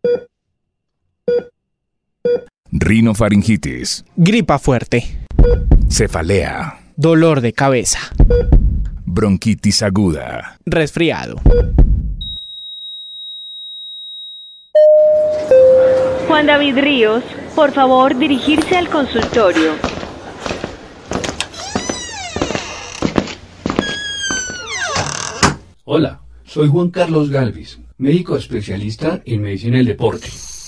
Rinofaringitis. Gripa fuerte. Cefalea. Dolor de cabeza. Bronquitis aguda. Resfriado. Juan David Ríos, por favor, dirigirse al consultorio. Hola, soy Juan Carlos Galvis, médico especialista en medicina del deporte.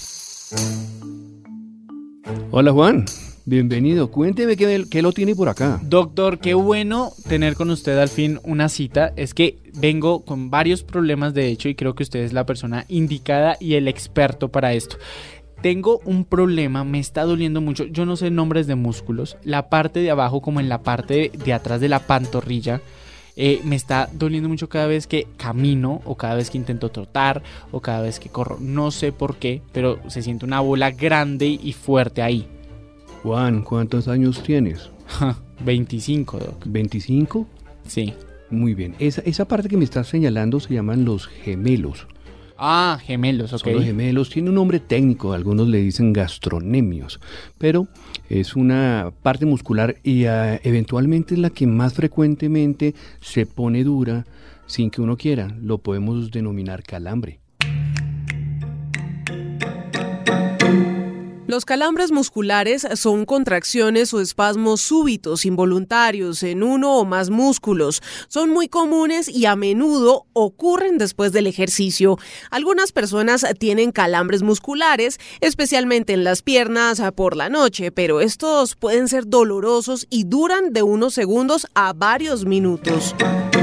Hola Juan, bienvenido. Cuénteme qué lo tiene por acá. Doctor, qué bueno tener con usted al fin una cita. Es que vengo con varios problemas de hecho y creo que usted es la persona indicada y el experto para esto. Tengo un problema, me está doliendo mucho, yo no sé nombres de músculos, la parte de abajo como en la parte de atrás de la pantorrilla. Me está doliendo mucho cada vez que camino o cada vez que intento trotar o cada vez que corro. No sé por qué, pero se siente una bola grande y fuerte ahí. Juan, ¿cuántos años tienes? 25, Doc. ¿25? Sí. Muy bien. Esa parte que me estás señalando se llaman los gemelos. Ah, gemelos, ok. Son los gemelos, tiene un nombre técnico, algunos le dicen gastronemios, pero es una parte muscular y eventualmente es la que más frecuentemente se pone dura sin que uno quiera. Lo podemos denominar calambre. Los calambres musculares son contracciones o espasmos súbitos, involuntarios, en uno o más músculos. Son muy comunes y a menudo ocurren después del ejercicio. Algunas personas tienen calambres musculares, especialmente en las piernas por la noche, pero estos pueden ser dolorosos y duran de unos segundos a varios minutos.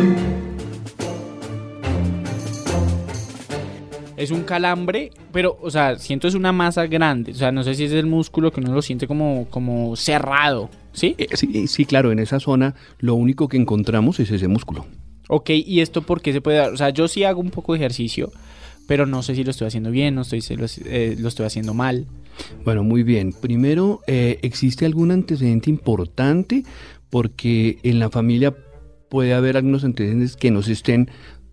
Es un calambre, pero, o sea, siento es una masa grande. O sea, no sé si es el músculo que uno lo siente como cerrado, ¿sí? Sí, claro, en esa zona lo único que encontramos es ese músculo. Ok, ¿y esto por qué se puede dar? O sea, yo sí hago un poco de ejercicio, pero no sé si lo estoy haciendo bien, no estoy si lo estoy haciendo mal. Bueno, muy bien. Primero, ¿existe algún antecedente importante? Porque en la familia puede haber algunos antecedentes que nos estén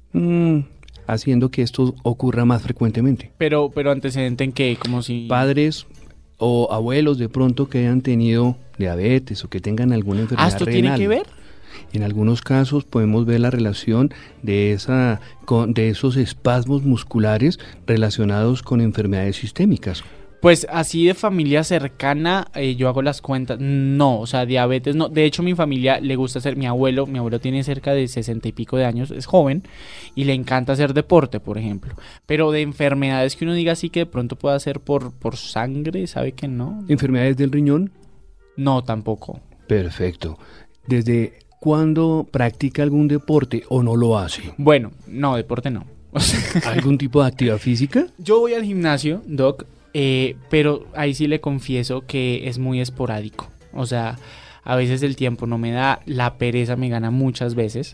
haciendo que esto ocurra más frecuentemente. Pero antecedente en qué, como si... Padres o abuelos de pronto que hayan tenido diabetes o que tengan alguna enfermedad ¿esto renal. tiene que ver? En algunos casos podemos ver la relación de esos espasmos musculares relacionados con enfermedades sistémicas. Pues así de familia cercana, yo hago las cuentas, no, o sea, diabetes no. De hecho, mi familia le gusta hacer, mi abuelo tiene cerca de 60 y pico de años, es joven, y le encanta hacer deporte, por ejemplo. Pero de enfermedades que uno diga así que de pronto pueda ser por sangre, ¿sabe que no? ¿Enfermedades del riñón? No, tampoco. Perfecto. ¿Desde cuándo practica algún deporte o no lo hace? Bueno, no, deporte no. ¿Algún tipo de actividad física? Yo voy al gimnasio, Doc, pero ahí sí le confieso que es muy esporádico. O sea, a veces el tiempo no me da, la pereza me gana muchas veces.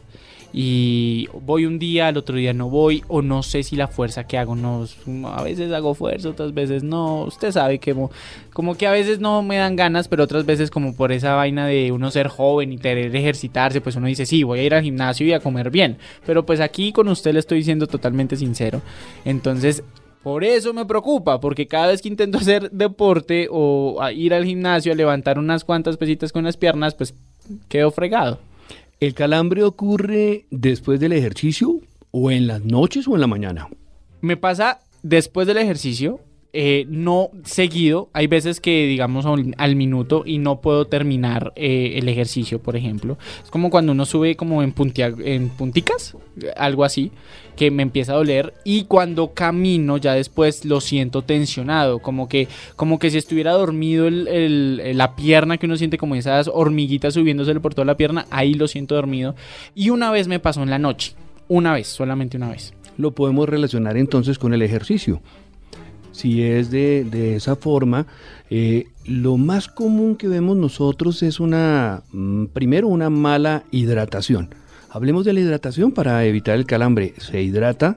Y voy un día, al otro día no voy, o no sé si la fuerza que hago no, a veces hago fuerza, otras veces no. Usted sabe que como que a veces no me dan ganas, pero otras veces como por esa vaina de uno ser joven y querer ejercitarse, pues uno dice sí, voy a ir al gimnasio y a comer bien. Pero pues aquí con usted le estoy diciendo totalmente sincero. Entonces, por eso me preocupa, porque cada vez que intento hacer deporte o ir al gimnasio a levantar unas cuantas pesitas con las piernas, pues quedo fregado. ¿El calambre ocurre después del ejercicio o en las noches o en la mañana? Me pasa después del ejercicio, no seguido. Hay veces que digamos al minuto y no puedo terminar el ejercicio, por ejemplo. Es como cuando uno sube como en punticas, algo así, que me empieza a doler. Y cuando camino ya después lo siento tensionado, como que si estuviera dormido la pierna, que uno siente como esas hormiguitas subiéndosele por toda la pierna. Ahí lo siento dormido. Y una vez me pasó en la noche, solamente una vez. Lo podemos relacionar entonces con el ejercicio. Si es de esa forma, lo más común que vemos nosotros es primero una mala hidratación. Hablemos de la hidratación para evitar el calambre. ¿Se hidrata?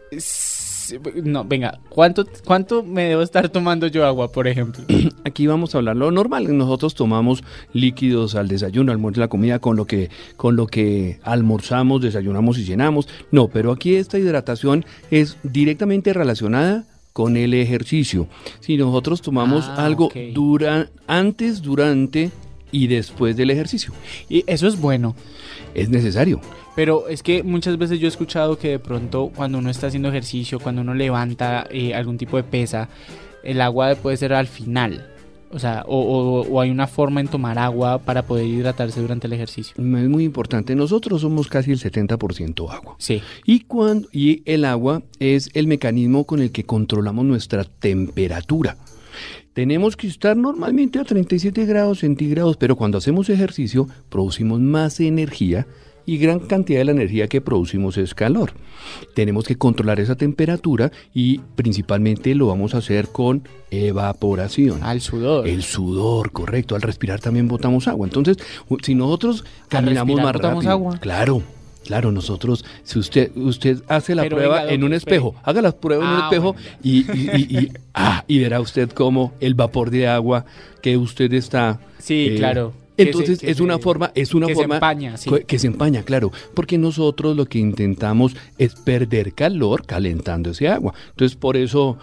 No, venga, ¿cuánto me debo estar tomando yo agua, por ejemplo? Aquí vamos a hablar lo normal. Nosotros tomamos líquidos al desayuno, almuerzo, la comida con lo que almorzamos, desayunamos y cenamos. No, pero aquí esta hidratación es directamente relacionada con el ejercicio. Si nosotros tomamos algo ok. antes, durante y después del ejercicio, Y eso es bueno. es necesario. Pero es que muchas veces yo he escuchado que de pronto cuando uno está haciendo ejercicio, cuando uno levanta algún tipo de pesa, el agua puede ser al final. O sea, o hay una forma en tomar agua para poder hidratarse durante el ejercicio. Es muy importante. Nosotros somos casi el 70% agua. Sí. Y el agua es el mecanismo con el que controlamos nuestra temperatura. Tenemos que estar normalmente a 37 grados centígrados, pero cuando hacemos ejercicio producimos más energía y gran cantidad de la energía que producimos es calor. Tenemos que controlar esa temperatura y principalmente lo vamos a hacer con evaporación. Al sudor. El sudor, correcto. Al respirar también botamos agua. Entonces, si nosotros caminamos respirar más botamos rápido, agua. Claro, nosotros, si usted hace la Pero prueba venga, en un espere. espejo, haga la prueba en un espejo bueno. y verá usted cómo el vapor de agua que usted está... Sí, claro. Entonces Que es se una forma que se empaña, sí. que se empaña, claro, porque nosotros lo que intentamos es perder calor calentando ese agua. Entonces por eso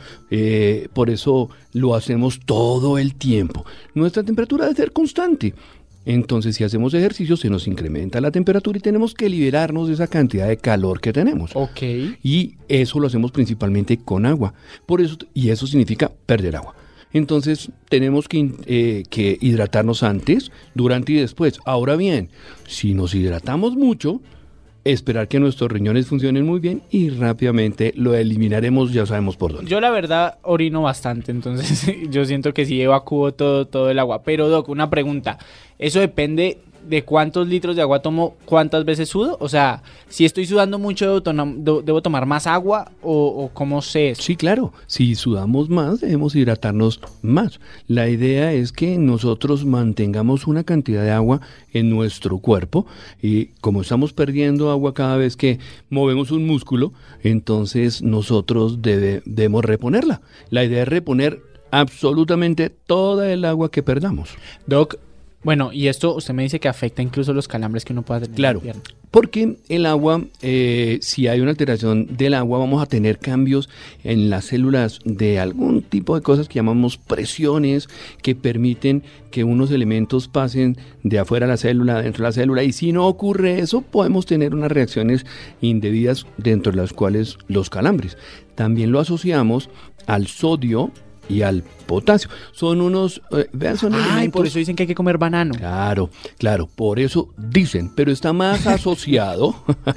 lo hacemos todo el tiempo. Nuestra temperatura debe ser constante. Entonces, si hacemos ejercicio, se nos incrementa la temperatura y tenemos que liberarnos de esa cantidad de calor que tenemos. Ok. Y eso lo hacemos principalmente con agua. Y eso significa perder agua. Entonces, tenemos que hidratarnos antes, durante y después. Ahora bien, si nos hidratamos mucho, esperar que nuestros riñones funcionen muy bien y rápidamente lo eliminaremos, ya sabemos por dónde. Yo la verdad orino bastante, entonces yo siento que sí evacúo todo el agua. Pero Doc, una pregunta, ¿eso depende de cuántos litros de agua tomo, cuántas veces sudo? O sea, si estoy sudando mucho, ¿debo tomar más agua o cómo sé eso? Sí, claro. Si sudamos más, debemos hidratarnos más. La idea es que nosotros mantengamos una cantidad de agua en nuestro cuerpo y como estamos perdiendo agua cada vez que movemos un músculo, entonces nosotros debemos reponerla. La idea es reponer absolutamente toda el agua que perdamos. Doc, bueno, y esto usted me dice que afecta incluso los calambres que uno pueda tener. Claro, en la pierna. porque el agua, si hay una alteración del agua, vamos a tener cambios en las células de algún tipo de cosas que llamamos presiones, que permiten que unos elementos pasen de afuera a la célula, dentro de la célula, y si no ocurre eso, podemos tener unas reacciones indebidas dentro de las cuales los calambres. También lo asociamos al sodio y al potasio. Son unos, son elementos... por eso dicen que hay que comer banano. Claro, por eso dicen, pero está más asociado,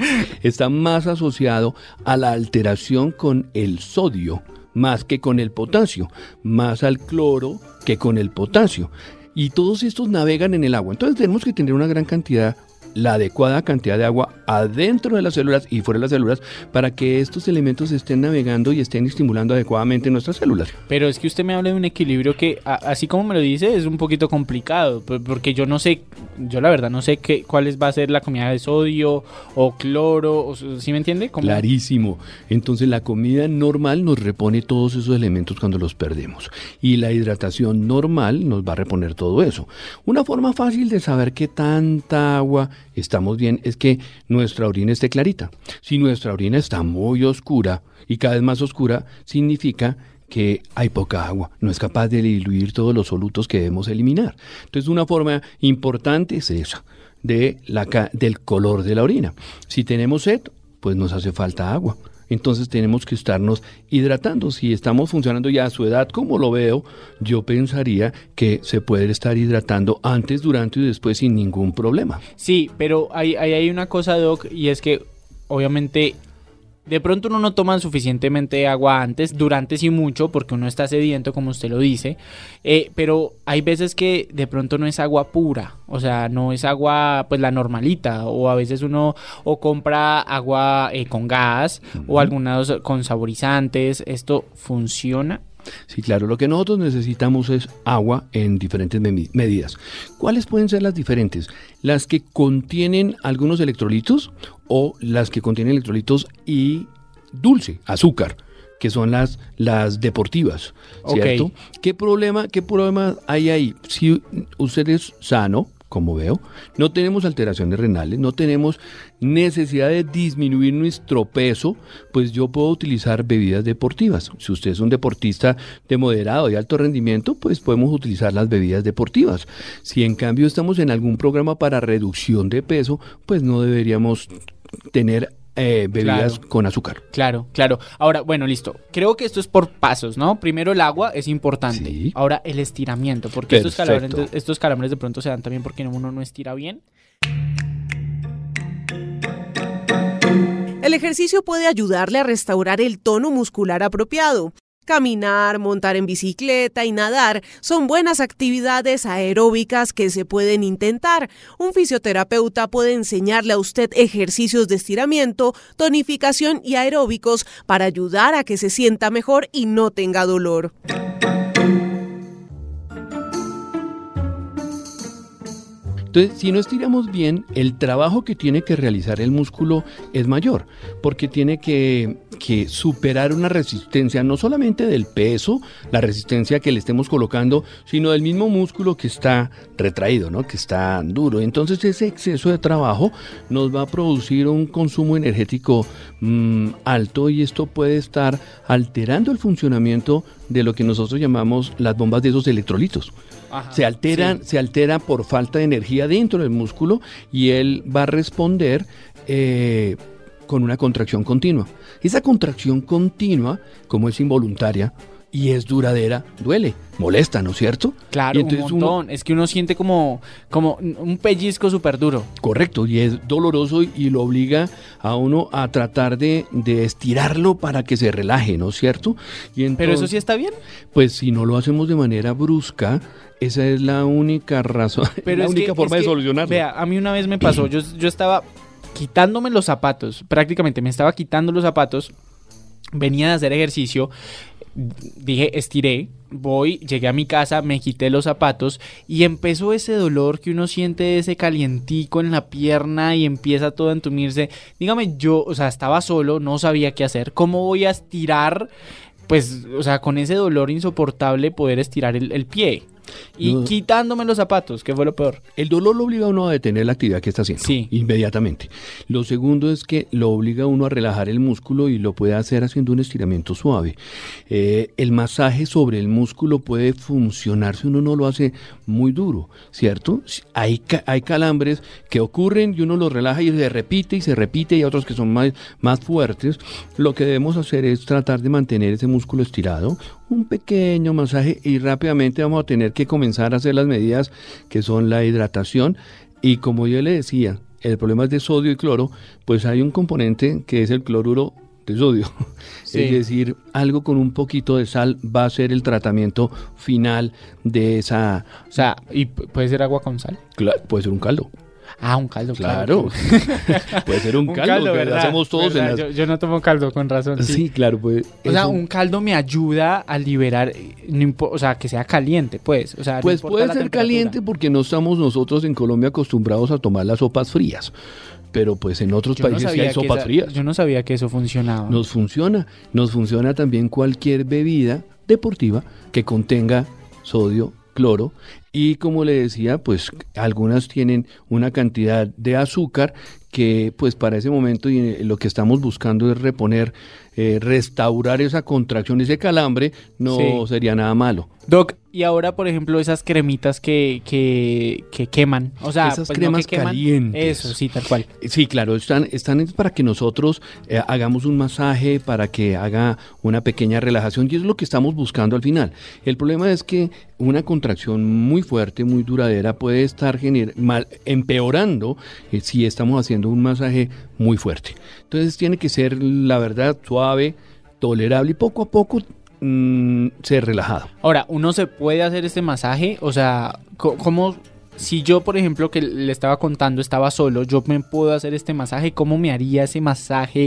a la alteración con el sodio, más que con el potasio, más al cloro que con el potasio. Y todos estos navegan en el agua. Entonces tenemos que tener una gran cantidad, la adecuada cantidad de agua adentro de las células y fuera de las células para que estos elementos estén navegando y estén estimulando adecuadamente nuestras células. Pero es que usted me habla de un equilibrio que, así como me lo dice, es un poquito complicado, porque yo no sé, yo la verdad no sé cuál va a ser la comida de sodio o cloro, ¿sí me entiende? ¿Cómo? Clarísimo. Entonces la comida normal nos repone todos esos elementos cuando los perdemos y la hidratación normal nos va a reponer todo eso. Una forma fácil de saber qué tanta agua estamos bien es que nuestra orina esté clarita. Si nuestra orina está muy oscura y cada vez más oscura, significa que hay poca agua, no es capaz de diluir todos los solutos que debemos eliminar. Entonces una forma importante es esa, del color de la orina. Si tenemos sed, pues nos hace falta agua. Entonces tenemos que estarnos hidratando. Si estamos funcionando ya a su edad, como lo veo, yo pensaría que se puede estar hidratando antes, durante y después sin ningún problema. Sí, pero hay una cosa, Doc, y es que obviamente de pronto uno no toma suficientemente agua antes, durante sí mucho, porque uno está sediento, como usted lo dice, pero hay veces que de pronto no es agua pura, o sea, no es agua pues la normalita, o a veces uno o compra agua con gas, o algunas con saborizantes. ¿Esto funciona? Sí, claro, lo que nosotros necesitamos es agua en diferentes medidas. ¿Cuáles pueden ser las diferentes? Las que contienen algunos electrolitos o las que contienen electrolitos y dulce, azúcar, que son las deportivas, ¿cierto? Ok. ¿Qué problema hay ahí? Si usted es sano, como veo, no tenemos alteraciones renales, no tenemos necesidad de disminuir nuestro peso, pues yo puedo utilizar bebidas deportivas. Si usted es un deportista de moderado y alto rendimiento, pues podemos utilizar las bebidas deportivas. Si en cambio estamos en algún programa para reducción de peso, pues no deberíamos tener bebidas con azúcar. Claro. Ahora, bueno, listo. Creo que esto es por pasos, ¿no? Primero el agua es importante. Sí. Ahora el estiramiento, porque Perfecto. estos calambres de pronto se dan también porque uno no estira bien. El ejercicio puede ayudarle a restaurar el tono muscular apropiado. Caminar, montar en bicicleta y nadar son buenas actividades aeróbicas que se pueden intentar. Un fisioterapeuta puede enseñarle a usted ejercicios de estiramiento, tonificación y aeróbicos para ayudar a que se sienta mejor y no tenga dolor. Entonces, si no estiramos bien, el trabajo que tiene que realizar el músculo es mayor, porque tiene que superar una resistencia, no solamente del peso, la resistencia que le estemos colocando, sino del mismo músculo que está retraído, ¿no? Que está duro. Entonces, ese exceso de trabajo nos va a producir un consumo energético alto, y esto puede estar alterando el funcionamiento de lo que nosotros llamamos las bombas de esos electrolitos. Ajá, se altera por falta de energía dentro del músculo, y él va a responder con una contracción continua. Esa contracción continua, como es involuntaria y es duradera, duele, molesta, ¿no es cierto? Claro, y entonces un montón. Es que uno siente como un pellizco súper duro. Correcto, y es doloroso, y lo obliga a uno a tratar de estirarlo para que se relaje, ¿no es cierto? Y entonces, ¿Pero eso sí está bien? pues si no lo hacemos de manera brusca, esa es la única razón, Pero la es única que- forma es de que, solucionarlo. Vea, a mí una vez me pasó, yo estaba quitándome los zapatos, prácticamente me estaba quitando los zapatos, venía de hacer ejercicio, dije, estiré, llegué a mi casa, me quité los zapatos y empezó ese dolor que uno siente, ese calientico en la pierna, y empieza todo a entumirse. Dígame, yo, o sea, estaba solo, no sabía qué hacer, ¿cómo voy a estirar? Pues, o sea, con ese dolor insoportable poder estirar el pie. Y No. quitándome los zapatos, que fue lo peor. El dolor lo obliga a uno a detener la actividad que está haciendo, Sí. inmediatamente. Lo segundo es que lo obliga a uno a relajar el músculo, y lo puede hacer haciendo un estiramiento suave. El masaje sobre el músculo puede funcionar si uno no lo hace muy duro, ¿cierto? Hay calambres que ocurren y uno los relaja y se repite, y hay otros que son más fuertes. Lo que debemos hacer es tratar de mantener ese músculo estirado, un pequeño masaje, y rápidamente vamos a tener que comenzar a hacer las medidas que son la hidratación. Y como yo le decía, el problema es de sodio y cloro, pues hay un componente que es el cloruro de sodio. Sí. Es decir, algo con un poquito de sal va a ser el tratamiento final de esa... O sea, ¿y puede ser agua con sal? Puede ser un caldo. Ah, un caldo, Claro. Puede ser un caldo, que ¿verdad? hacemos todos ¿Verdad? en las... Yo no tomo caldo, con razón. Sí, claro, pues... O sea, eso- un caldo me ayuda a liberar, o sea, que sea caliente, pues. O sea, no Pues importa puede la ser temperatura. caliente, porque no estamos nosotros en Colombia acostumbrados a tomar las sopas frías, pero pues en otros Yo no países sí sabía hay que sopas frías. Yo no sabía que eso funcionaba. Nos funciona también cualquier bebida deportiva que contenga sodio, cloro, y como le decía, pues algunas tienen una cantidad de azúcar que pues para ese momento, y lo que estamos buscando es reponer, restaurar esa contracción, ese calambre, no Sí. sería nada malo. Doc, y ahora, por ejemplo, esas cremitas que queman. O sea, Esas pues, cremas no que queman. calientes. Eso, sí, tal cual. Sí, claro, están para que nosotros hagamos un masaje, para que haga una pequeña relajación, y es lo que estamos buscando al final. El problema es que una contracción muy fuerte, muy duradera, puede estar empeorando si estamos haciendo un masaje muy fuerte. Entonces tiene que ser, la verdad, suave, tolerable, y poco a poco ser relajado. Ahora, ¿uno se puede hacer este masaje? O sea, ¿cómo? Si yo, por ejemplo, que le estaba contando, estaba solo, yo me puedo hacer este masaje, ¿cómo me haría ese masaje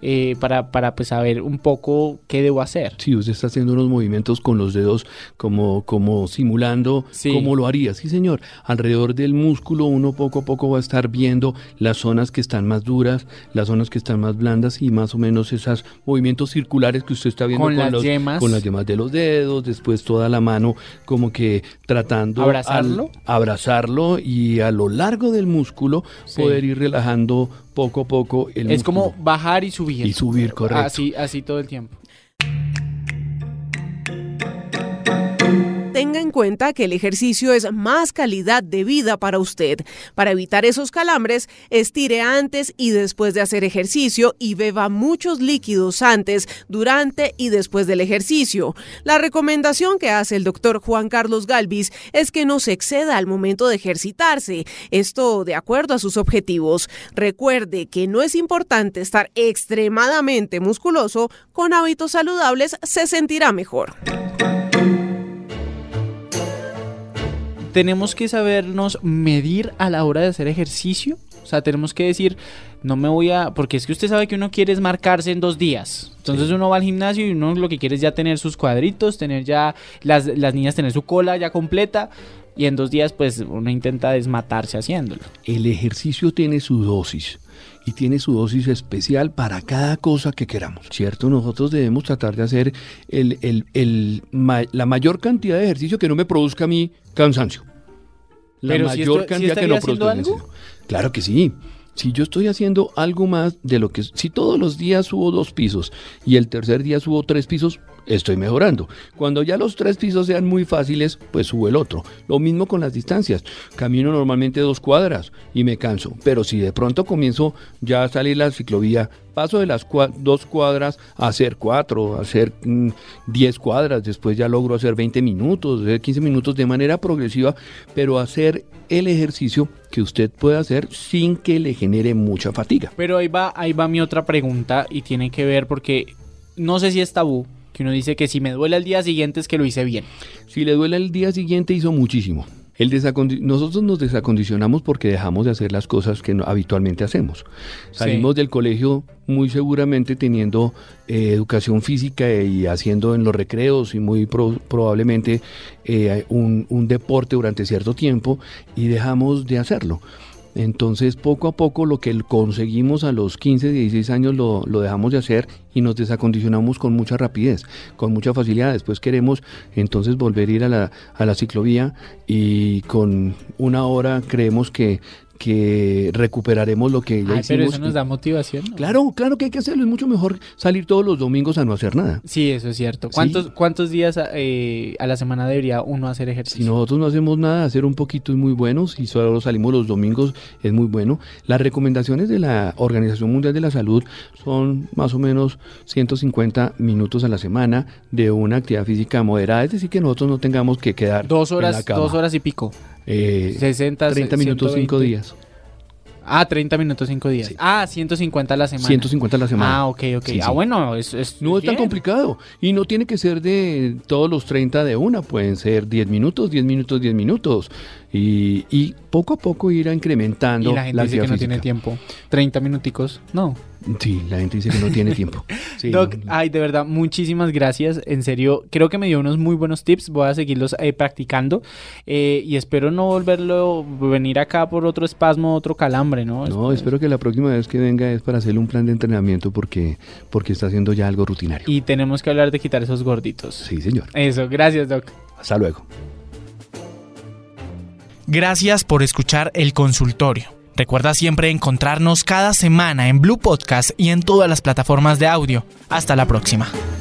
para pues saber un poco qué debo hacer? Si usted está haciendo unos movimientos con los dedos como simulando, Sí. ¿cómo lo haría? Sí, señor. Alrededor del músculo uno poco a poco va a estar viendo las zonas que están más duras, las zonas que están más blandas, y más o menos esos movimientos circulares que usted está viendo Con las yemas. con las yemas de los dedos, después toda la mano como que tratando ¿Abrazarlo? abrazarlo forzarlo y a lo largo del músculo poder ir relajando poco a poco el músculo. Es como bajar y subir. Y subir, correcto. Así todo el tiempo. Tenga en cuenta que el ejercicio es más calidad de vida para usted. Para evitar esos calambres, estire antes y después de hacer ejercicio y beba muchos líquidos antes, durante y después del ejercicio. La recomendación que hace el doctor Juan Carlos Galvis es que no se exceda al momento de ejercitarse. Esto de acuerdo a sus objetivos. Recuerde que no es importante estar extremadamente musculoso, con hábitos saludables se sentirá mejor. Tenemos que sabernos medir a la hora de hacer ejercicio. O sea, tenemos que decir, no me voy a... Porque es que usted sabe que uno quiere es marcarse en 2 días. Entonces uno va al gimnasio y uno lo que quiere es ya tener sus cuadritos, tener ya... Las niñas tener su cola ya completa. Y en 2 días, pues, uno intenta desmatarse haciéndolo. El ejercicio tiene su dosis. Y tiene su dosis especial para cada cosa que queramos, ¿cierto? Nosotros debemos tratar de hacer la mayor cantidad de ejercicio que no me produzca a mí cansancio. La Pero mayor cantidad que no produzca cansancio. Claro que sí. Si yo estoy haciendo algo más de lo que... Si todos los días subo 2 pisos y el tercer día subo 3 pisos, estoy mejorando. Cuando ya los 3 pisos sean muy fáciles, pues subo el otro. Lo mismo con las distancias. Camino normalmente 2 cuadras y me canso. Pero si de pronto comienzo ya a salir la ciclovía, paso de las 2 cuadras a hacer 4, a hacer 10 cuadras. Después ya logro hacer 20 minutos, 15 minutos de manera progresiva, pero hacer el ejercicio que usted puede hacer sin que le genere mucha fatiga. Pero ahí va mi otra pregunta y tiene que ver porque no sé si es tabú que uno dice que si me duele al día siguiente es que lo hice bien. Si le duele el día siguiente hizo muchísimo. Nosotros nos desacondicionamos porque dejamos de hacer las cosas que habitualmente hacemos. Salimos del colegio muy seguramente teniendo educación física y haciendo en los recreos y muy probablemente un deporte durante cierto tiempo y dejamos de hacerlo. Entonces, poco a poco, lo que conseguimos a los 15, 16 años lo dejamos de hacer y nos desacondicionamos con mucha rapidez, con mucha facilidad. Después queremos entonces volver a ir a la ciclovía y con 1 hora creemos que recuperaremos lo que ya hicimos. Pero eso nos da motivación, ¿no? Claro que hay que hacerlo. Es mucho mejor salir todos los domingos a no hacer nada. Sí, eso es cierto. ¿Cuántos días a la semana debería uno hacer ejercicio? Si nosotros no hacemos nada, hacer un poquito es muy bueno. Si solo salimos los domingos es muy bueno. Las recomendaciones de la Organización Mundial de la Salud son más o menos 150 minutos a la semana de una actividad física moderada. Es decir, que nosotros no tengamos que quedar 2 horas, en la cama. 2 horas y pico. 30 minutos 5 días. 30 minutos 5 días. Sí. 150 a la semana. 150 a la semana. Ok. Sí. Bueno, no es es bien. tan complicado. Y no tiene que ser de todos los 30 de una. Pueden ser 10 minutos. Y poco a poco ir incrementando. Y la gente dice que no tiene tiempo. 30 minuticos, no. Sí, la gente dice que no tiene tiempo. Sí, Doc, de verdad, muchísimas gracias. En serio, creo que me dio unos muy buenos tips. Voy a seguirlos practicando. Y espero no venir acá por otro espasmo, otro calambre, ¿no? No, espero que la próxima vez que venga es para hacerle un plan de entrenamiento porque está haciendo ya algo rutinario. Y tenemos que hablar de quitar esos gorditos. Sí, señor. Eso, gracias, Doc. Hasta luego. Gracias por escuchar El Consultorio. Recuerda siempre encontrarnos cada semana en Blue Podcast y en todas las plataformas de audio. Hasta la próxima.